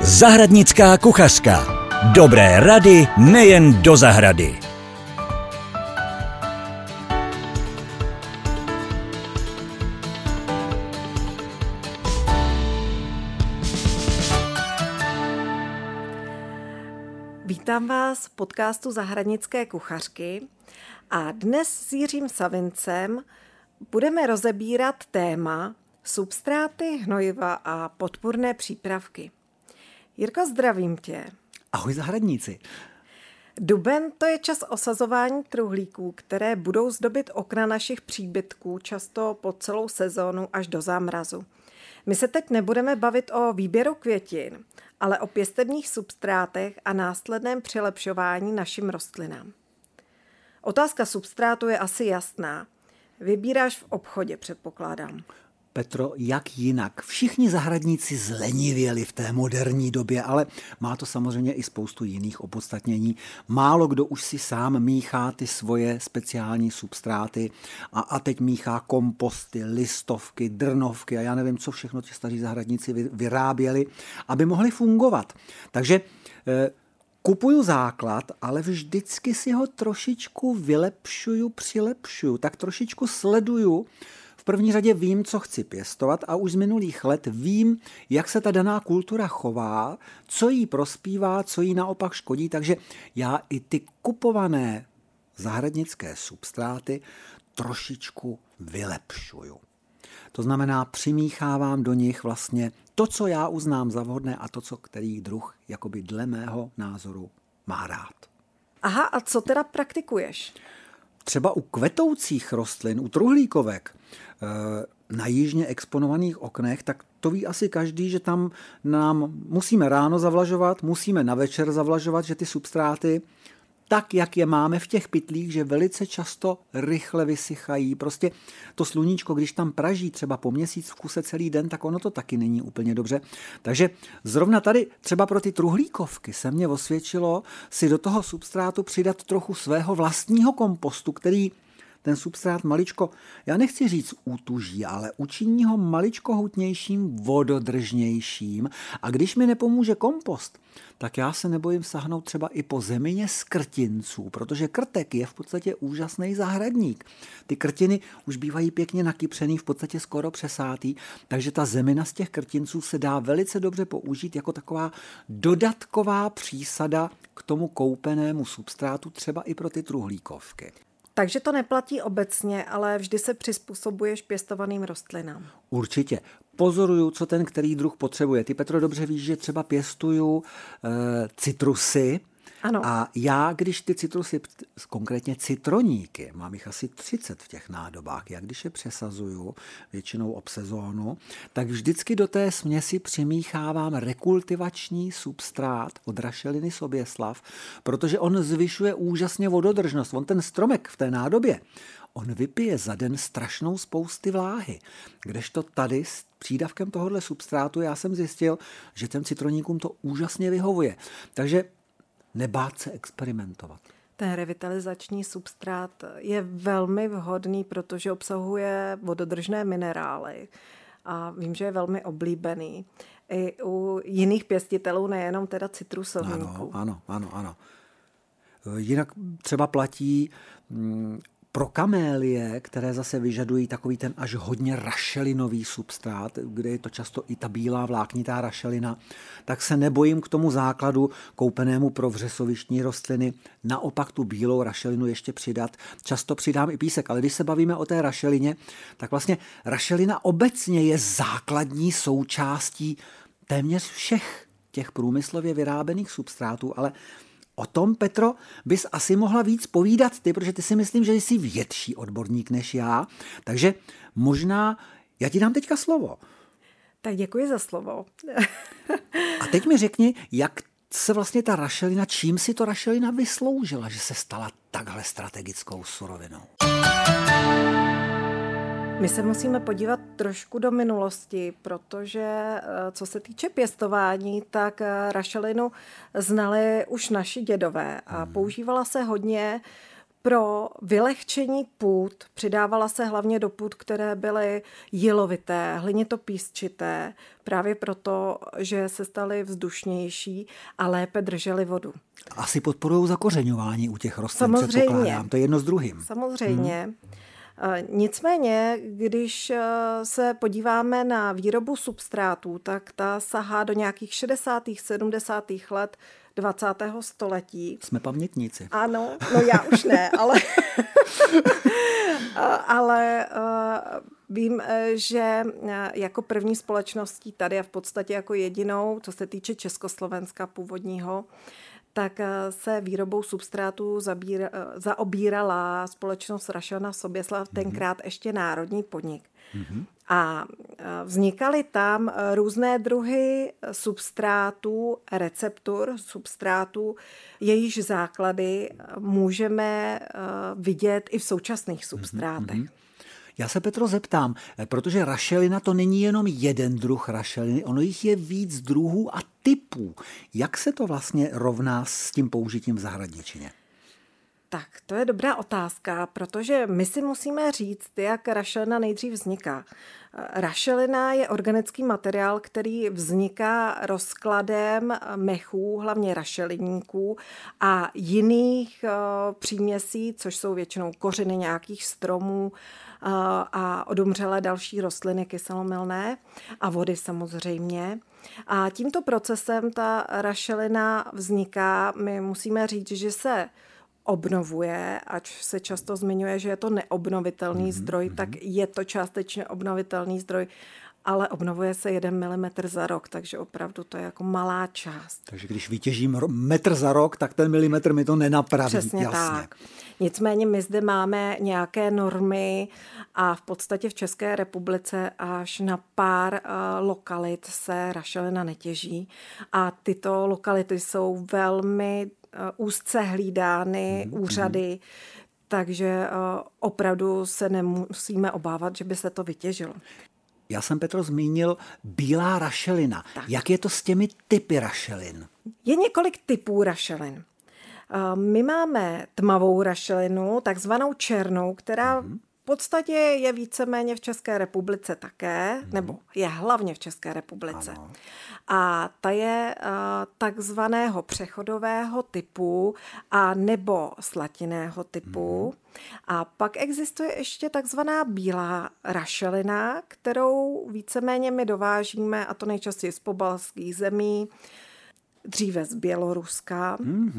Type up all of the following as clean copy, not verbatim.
Zahradnická kuchařka. Dobré rady nejen do zahrady. Vítám vás v podcastu Zahradnické kuchařky a dnes s Jiřím Savincem budeme rozebírat téma substráty, hnojiva a podpůrné přípravky. Jirko, zdravím tě. Ahoj zahradníci. Duben to je čas osazování truhlíků, které budou zdobit okna našich příbytků často po celou sezónu až do zámrazu. My se teď nebudeme bavit o výběru květin, ale o pěstebních substrátech a následném přilepšování našim rostlinám. Otázka substrátu je asi jasná. Vybíráš v obchodě, předpokládám. Petro, jak jinak? Všichni zahradníci zlenivěli v té moderní době, ale má to samozřejmě i spoustu jiných opodstatnění. Málo kdo už si sám míchá ty svoje speciální substráty a teď míchá komposty, listovky, drnovky a já nevím, co všechno ti staří zahradníci vyráběli, aby mohli fungovat. Takže kupuju základ, ale vždycky si ho trošičku vylepšuju, přilepšuju, tak trošičku sleduju. V první řadě vím, co chci pěstovat a už z minulých let vím, jak se ta daná kultura chová, co jí prospívá, co jí naopak škodí, takže já i ty kupované zahradnické substráty trošičku vylepšuju. To znamená, přimíchávám do nich vlastně to, co já uznám za vhodné a to, co který druh, jakoby dle mého názoru, má rád. Aha, a co teda praktikuješ? Třeba u kvetoucích rostlin, u truhlíkovek, na jižně exponovaných oknech, tak to ví asi každý, že tam nám musíme ráno zavlažovat, musíme na večer zavlažovat, že ty substráty, tak jak je máme v těch pytlích, že velice často rychle vysychají. Prostě to sluníčko, když tam praží třeba po měsíc v kuse celý den, tak ono to taky není úplně dobře. Takže zrovna tady třeba pro ty truhlíkovky se mně osvědčilo si do toho substrátu přidat trochu svého vlastního kompostu, který ten substrát maličko, já nechci říct utuží, ale učiní ho maličko hutnějším, vododržnějším. A když mi nepomůže kompost, tak já se nebojím sahnout třeba i po zemině z krtinců, protože krtek je v podstatě úžasný zahradník. Ty krtiny už bývají pěkně nakypřený, v podstatě skoro přesátý, takže ta zemina z těch krtinců se dá velice dobře použít jako taková dodatková přísada k tomu koupenému substrátu, třeba i pro ty truhlíkovky. Takže to neplatí obecně, ale vždy se přizpůsobuješ pěstovaným rostlinám. Určitě. Pozoruju, co ten který druh potřebuje. Ty, Petro, dobře víš, že třeba pěstuju citrusy. Ano. A já, když ty citrusy, konkrétně citroníky, mám jich asi 30 v těch nádobách, já když je přesazuju, většinou ob sezónu, tak vždycky do té směsi přimíchávám rekultivační substrát od rašeliny Soběslav, protože on zvyšuje úžasně vododržnost. On ten stromek v té nádobě, on vypije za den strašnou spousty vláhy. Kdežto tady s přídavkem tohohle substrátu já jsem zjistil, že těm citroníkům to úžasně vyhovuje. Takže nebát se experimentovat. Ten revitalizační substrát je velmi vhodný, protože obsahuje vododržné minerály a vím, že je velmi oblíbený i u jiných pěstitelů, nejenom teda citrusovníků. Ano. Jinak třeba platí pro kamélie, které zase vyžadují takový ten až hodně rašelinový substrát, kde je to často i ta bílá vláknitá rašelina, tak se nebojím k tomu základu koupenému pro vřesovištní rostliny naopak tu bílou rašelinu ještě přidat. Často přidám i písek, ale když se bavíme o té rašelině, tak vlastně rašelina obecně je základní součástí téměř všech těch průmyslově vyráběných substrátů, ale o tom, Petro, bys asi mohla víc povídat ty, protože ty si myslím, že jsi větší odborník než já, takže možná já ti dám teďka slovo. Tak děkuji za slovo. A teď mi řekni, jak se vlastně ta rašelina, čím si to rašelina vysloužila, že se stala takhle strategickou surovinou? My se musíme podívat trošku do minulosti, protože co se týče pěstování, tak rašelinu znali už naši dědové a používala se hodně Pro vylehčení půd přidávala se hlavně do půd, které byly jilovité, hlinitopísčité, právě proto, že se staly vzdušnější a lépe držely vodu. Asi podporují zakořeňování u těch rostlin, předpokládám. To je jedno s druhým. Samozřejmě. Nicméně, když se podíváme na výrobu substrátů, tak ta sahá do nějakých 60. 70. let 20. století. Jsme pamětníci. Ano, no já už ne, ale vím, že jako první společností tady a v podstatě jako jedinou, co se týče Československa původního, tak se výrobou substrátů zaobírala společnost Rašelina Soběslav, tenkrát ještě národní podnik. A vznikaly tam různé druhy substrátů, receptur substrátů, jejíž základy můžeme vidět i v současných substrátech. Já se, Petro, zeptám, protože rašelina to není jenom jeden druh rašeliny, ono jich je víc druhů a typů. Jak se to vlastně rovná s tím použitím v zahradničině? Tak, to je dobrá otázka, protože my si musíme říct, jak rašelina nejdřív vzniká. Rašelina je organický materiál, který vzniká rozkladem mechů, hlavně rašeliníků a jiných příměsí, což jsou většinou kořeny nějakých stromů a odumřelé další rostliny kyselomylné a vody samozřejmě. A tímto procesem ta rašelina vzniká. My musíme říct, že se obnovuje, ač se často zmiňuje, že je to neobnovitelný zdroj, tak je to částečně obnovitelný zdroj, ale obnovuje se 1 milimetr za rok, takže opravdu to je jako malá část. Takže když vytěžím metr za rok, tak ten milimetr mi to nenapraví. Přesně jasně. Tak. Nicméně my zde máme nějaké normy a v podstatě v České republice až na pár lokalit se rašelina netěží a tyto lokality jsou velmi úzce hlídány úřady, takže opravdu se nemusíme obávat, že by se to vytěžilo. Já jsem, Petro, zmínil bílá rašelina. Tak. Jak je to s těmi typy rašelin? Je několik typů rašelin. My máme tmavou rašelinu, takzvanou černou, která v podstatě je víceméně v České republice také, nebo je hlavně v České republice. Ano. A ta je takzvaného přechodového typu a nebo slatinného typu. A pak existuje ještě takzvaná bílá rašelina, kterou víceméně my dovážíme, a to nejčastěji z pobaltských zemí, dříve z Běloruska.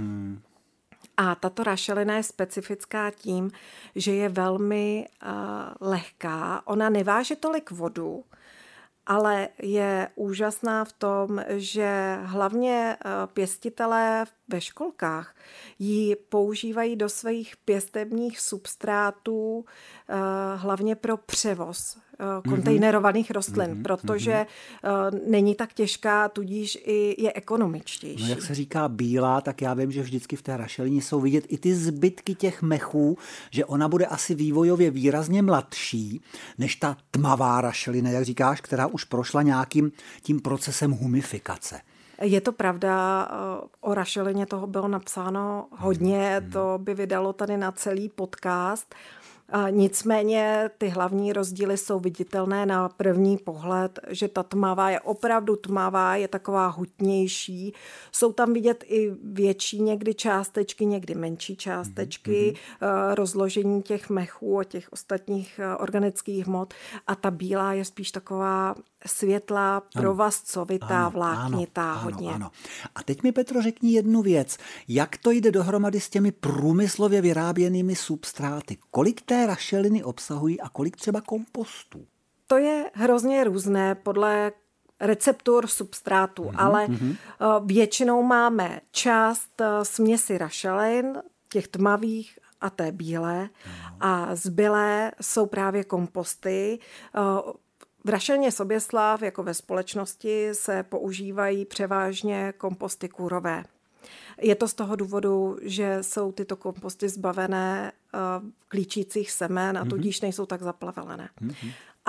A tato rašelina je specifická tím, že je velmi lehká. Ona neváže tolik vodu, ale je úžasná v tom, že hlavně pěstitelé ve školkách ji používají do svých pěstebních substrátů hlavně pro převoz kontejnerovaných rostlin, protože není tak těžká, tudíž i je ekonomičtější. No, jak se říká bílá, tak já vím, že vždycky v té rašelině jsou vidět i ty zbytky těch mechů, že ona bude asi vývojově výrazně mladší než ta tmavá rašelina, jak říkáš, která už prošla nějakým tím procesem humifikace. Je to pravda, o rašelině toho bylo napsáno hodně, to by vydalo tady na celý podcast. Nicméně ty hlavní rozdíly jsou viditelné na první pohled, že ta tmavá je opravdu tmavá, je taková hutnější. Jsou tam vidět i větší někdy částečky, někdy menší částečky, rozložení těch mechů a těch ostatních organických hmot. A ta bílá je spíš taková světlá, provazcovitá, vláknitá hodně. Ano. A teď mi, Petro, řekni jednu věc. Jak to jde dohromady s těmi průmyslově vyráběnými substráty? Kolik té rašeliny obsahují a kolik třeba kompostů? To je hrozně různé podle receptur substrátů, ale většinou máme část směsi rašelin, těch tmavých a té bílé, a zbylé jsou právě komposty. V rašelině Soběslav, jako ve společnosti, se používají převážně komposty kůrové. Je to z toho důvodu, že jsou tyto komposty zbavené klíčících semen a tudíž nejsou tak zaplavelené. A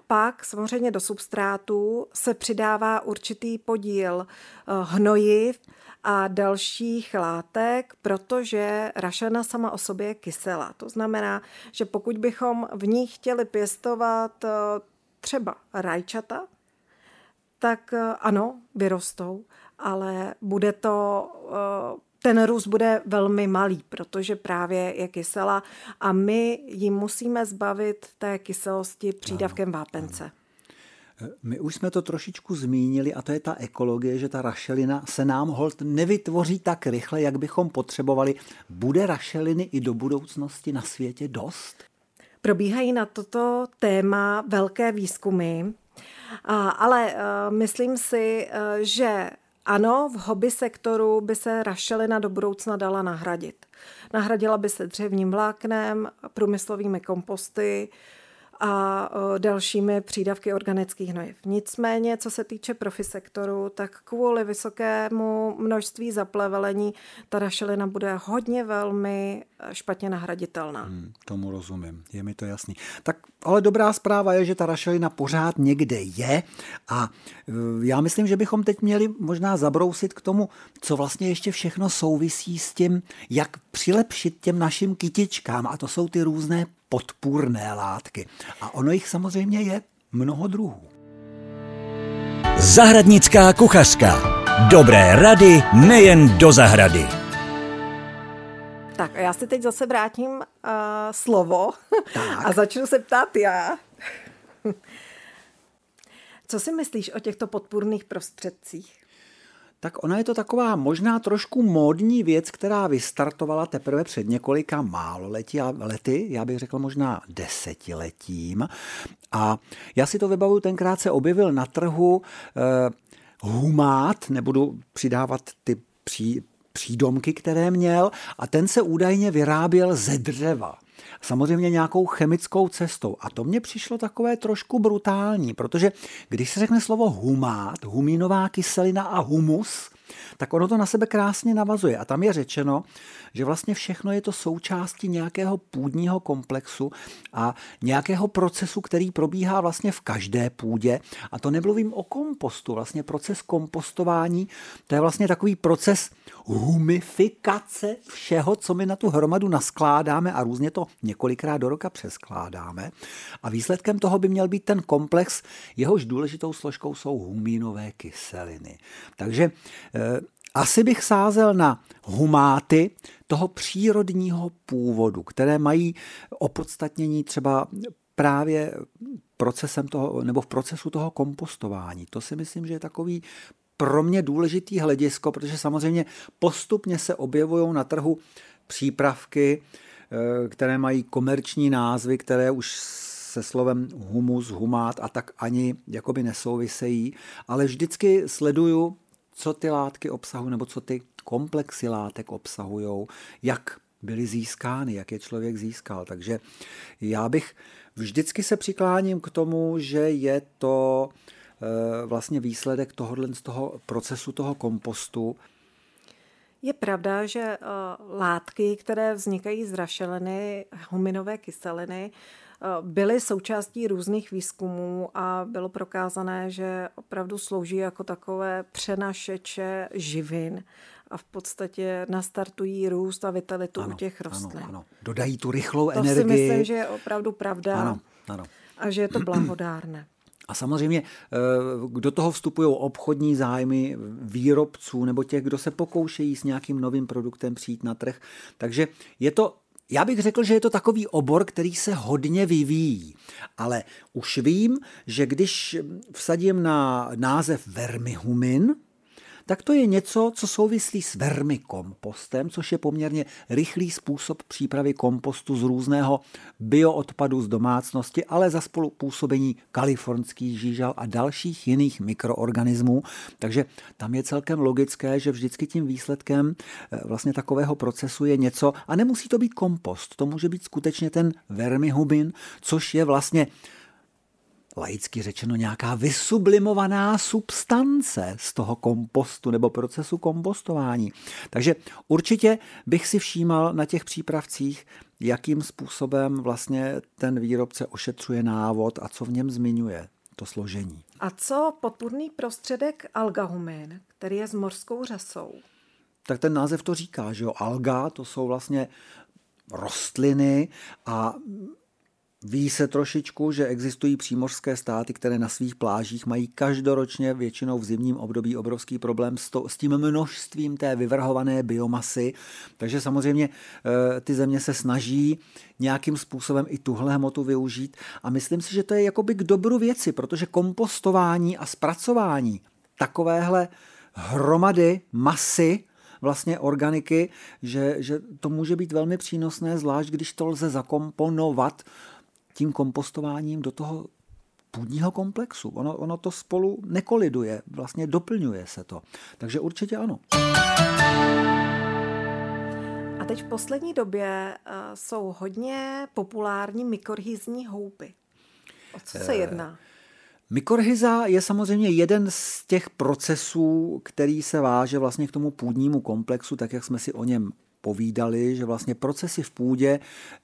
pak samozřejmě do substrátu se přidává určitý podíl hnojiv a dalších látek, protože rašelina sama o sobě je kyselá. To znamená, že pokud bychom v ní chtěli pěstovat třeba rajčata, tak ano, vyrostou, ale bude to, ten růst bude velmi malý, protože právě je kyselá a my ji musíme zbavit té kyselosti přídavkem vápence. My už jsme to trošičku zmínili a to je ta ekologie, že ta rašelina se nám holt nevytvoří tak rychle, jak bychom potřebovali. Bude rašeliny i do budoucnosti na světě dost? Probíhají na toto téma velké výzkumy, ale myslím si, že ano, v hobby sektoru by se rašelina do budoucna dala nahradit. Nahradila by se dřevním vláknem, průmyslovými komposty a dalšími přídavky organických hnojiv. Nicméně, co se týče profisektoru, tak kvůli vysokému množství zaplevelení ta rašelina bude hodně velmi špatně nahraditelná. Tomu rozumím, je mi to jasný. Tak ale dobrá zpráva je, že ta rašelina pořád někde je a já myslím, že bychom teď měli možná zabrousit k tomu, co vlastně ještě všechno souvisí s tím, jak přilepšit těm našim kytičkám, a to jsou ty různé podpůrné látky. A ono jich samozřejmě je mnoho druhů. Zahradnická kuchařka. Dobré rady nejen do zahrady. Tak a já si teď zase vrátím slovo a začnu se ptát já. Co si myslíš o těchto podpůrných prostředcích? Tak ona je to taková možná trošku módní věc, která vystartovala teprve před několika málo lety, já bych řekl možná desetiletím. A já si to vybavuju, tenkrát se objevil na trhu humát, nebudu přidávat ty přídomky, které měl, a ten se údajně vyráběl ze dřeva. Samozřejmě nějakou chemickou cestou. A to mně přišlo takové trošku brutální, protože když se řekne slovo humát, huminová kyselina a humus, tak ono to na sebe krásně navazuje. A tam je řečeno, že vlastně všechno je to součástí nějakého půdního komplexu a nějakého procesu, který probíhá vlastně v každé půdě. A to nemluvím o kompostu. Vlastně proces kompostování, to je vlastně takový proces humifikace všeho, co my na tu hromadu naskládáme a různě to několikrát do roka přeskládáme. A výsledkem toho by měl být ten komplex, jehož důležitou složkou jsou huminové kyseliny. Takže asi bych sázel na humáty toho přírodního původu, které mají opodstatnění třeba právě procesem toho, nebo v procesu toho kompostování. To si myslím, že je takový pro mě důležitý hledisko, protože samozřejmě postupně se objevují na trhu přípravky, které mají komerční názvy, které už se slovem humus, humát a tak ani jakoby nesouvisejí, ale vždycky sleduju, co ty látky obsahují, nebo co ty komplexy látek obsahují, jak byly získány, jak je člověk získal. Takže já bych vždycky se přikláním k tomu, že je to vlastně výsledek tohohle z toho procesu toho kompostu. Je pravda, že látky, které vznikají z rašeliny, huminové kyseliny, byly součástí různých výzkumů a bylo prokázané, že opravdu slouží jako takové přenašeče živin a v podstatě nastartují růst a vitalitu u těch rostlin. Ano. Dodají tu rychlou to energii. To si myslím, že je opravdu pravda a že je to blahodárné. A samozřejmě do toho vstupují obchodní zájmy výrobců nebo těch, kdo se pokoušejí s nějakým novým produktem přijít na trh. Takže je to, já bych řekl, že je to takový obor, který se hodně vyvíjí. Ale už vím, že když vsadím na název vermihumin, tak to je něco, co souvislí s vermikompostem, což je poměrně rychlý způsob přípravy kompostu z různého bioodpadu z domácnosti, ale za spolupůsobení kalifornských žížal a dalších jiných mikroorganismů. Takže tam je celkem logické, že vždycky tím výsledkem vlastně takového procesu je něco, a nemusí to být kompost, to může být skutečně ten vermihumin, což je vlastně laicky řečeno nějaká vysublimovaná substance z toho kompostu nebo procesu kompostování. Takže určitě bych si všímal na těch přípravcích, jakým způsobem vlastně ten výrobce ošetřuje návod a co v něm zmiňuje to složení. A co podpůrný prostředek algahumin, který je s mořskou řasou? Tak ten název to říká, že jo, alga, to jsou vlastně rostliny a ví se trošičku, že existují přímořské státy, které na svých plážích mají každoročně, většinou v zimním období, obrovský problém s tím množstvím té vyvrhované biomasy. Takže samozřejmě ty země se snaží nějakým způsobem i tuhle hmotu využít a myslím si, že to je jakoby k dobru věci, protože kompostování a zpracování takovéhle hromady masy vlastně organiky, že to může být velmi přínosné, zvlášť když to lze zakomponovat tím kompostováním do toho půdního komplexu. Ono to spolu nekoliduje, vlastně doplňuje se to. Takže určitě ano. A teď v poslední době jsou hodně populární mykorhizní houby. O co se jedná? Mykorhiza je samozřejmě jeden z těch procesů, který se váže vlastně k tomu půdnímu komplexu, tak jak jsme si o něm povídali, že vlastně procesy v půdě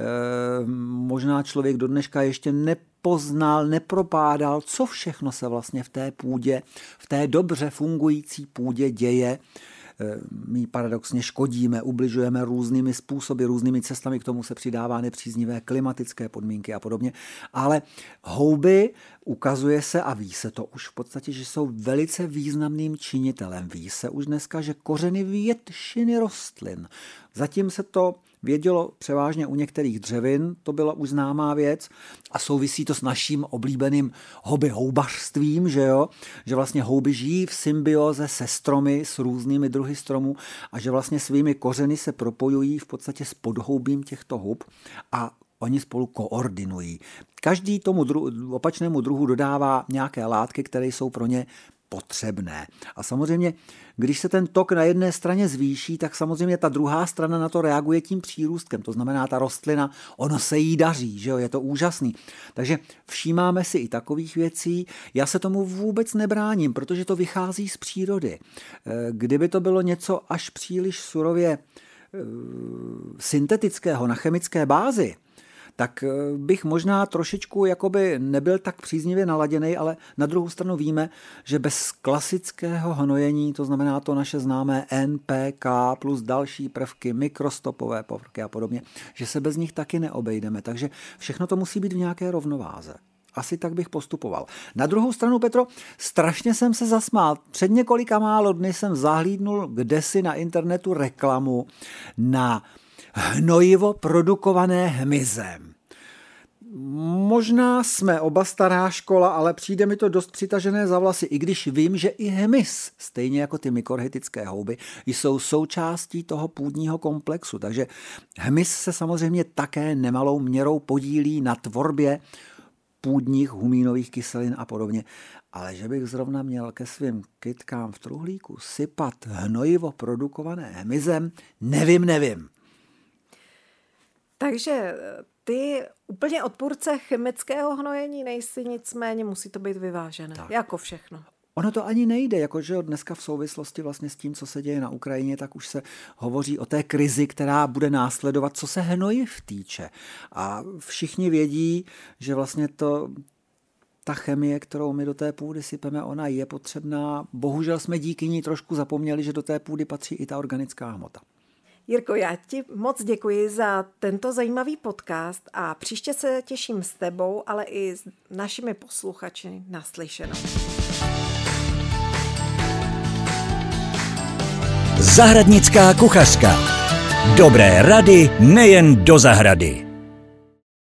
možná člověk do dneška ještě nepoznal, nepropádal, co všechno se vlastně v té půdě, v té dobře fungující půdě děje. My paradoxně škodíme, ubližujeme různými způsoby, různými cestami, k tomu se přidává nepříznivé klimatické podmínky a podobně. Ale houby, ukazuje se a ví se to už v podstatě, že jsou velice významným činitelem. Ví se už dneska, že kořeny většiny rostlin. Zatím se to vědělo převážně u některých dřevin, to byla už známá věc a souvisí to s naším oblíbeným houbařstvím, že jo? Že vlastně houby žijí v symbioze se stromy, s různými druhy stromů a že vlastně svými kořeny se propojují v podstatě s podhoubím těchto hub a oni spolu koordinují. Každý tomu opačnému druhu dodává nějaké látky, které jsou pro ně potřebné. A samozřejmě, když se ten tok na jedné straně zvýší, tak samozřejmě ta druhá strana na to reaguje tím přírůstkem. To znamená, ta rostlina, ono se jí daří, že jo, je to úžasný. Takže všímáme si i takových věcí. Já se tomu vůbec nebráním, protože to vychází z přírody. Kdyby to bylo něco až příliš surově syntetického na chemické bázi, tak bych možná trošičku jakoby nebyl tak příznivě naladěnej, ale na druhou stranu víme, že bez klasického hnojení, to znamená to naše známé NPK plus další prvky, mikrostopové prvky a podobně, že se bez nich taky neobejdeme. Takže všechno to musí být v nějaké rovnováze. Asi tak bych postupoval. Na druhou stranu, Petro, strašně jsem se zasmál. Před několika málo dny jsem zahlídnul kdesi na internetu reklamu na hnojivo produkované hmyzem. Možná jsme oba stará škola, ale přijde mi to dost přitažené za vlasy, i když vím, že i hmyz, stejně jako ty mykorhitické houby, jsou součástí toho půdního komplexu. Takže hmyz se samozřejmě také nemalou měrou podílí na tvorbě půdních humínových kyselin a podobně. Ale že bych zrovna měl ke svým kytkám v truhlíku sypat hnojivo produkované hmyzem, nevím. Takže ty úplně odpůrce chemického hnojení nejsi, nicméně musí to být vyvážené, tak. Jako všechno. Ono to ani nejde, jakože dneska v souvislosti vlastně s tím, co se děje na Ukrajině, tak už se hovoří o té krizi, která bude následovat, co se hnojiv týče. A všichni vědí, že vlastně ta chemie, kterou my do té půdy sypeme, ona je potřebná. Bohužel jsme díky ní trošku zapomněli, že do té půdy patří i ta organická hmota. Jirko, já ti moc děkuji za tento zajímavý podcast a příště se těším s tebou, ale i s našimi posluchači naslyšenou. Zahradnická kuchařka. Dobré rady nejen do zahrady.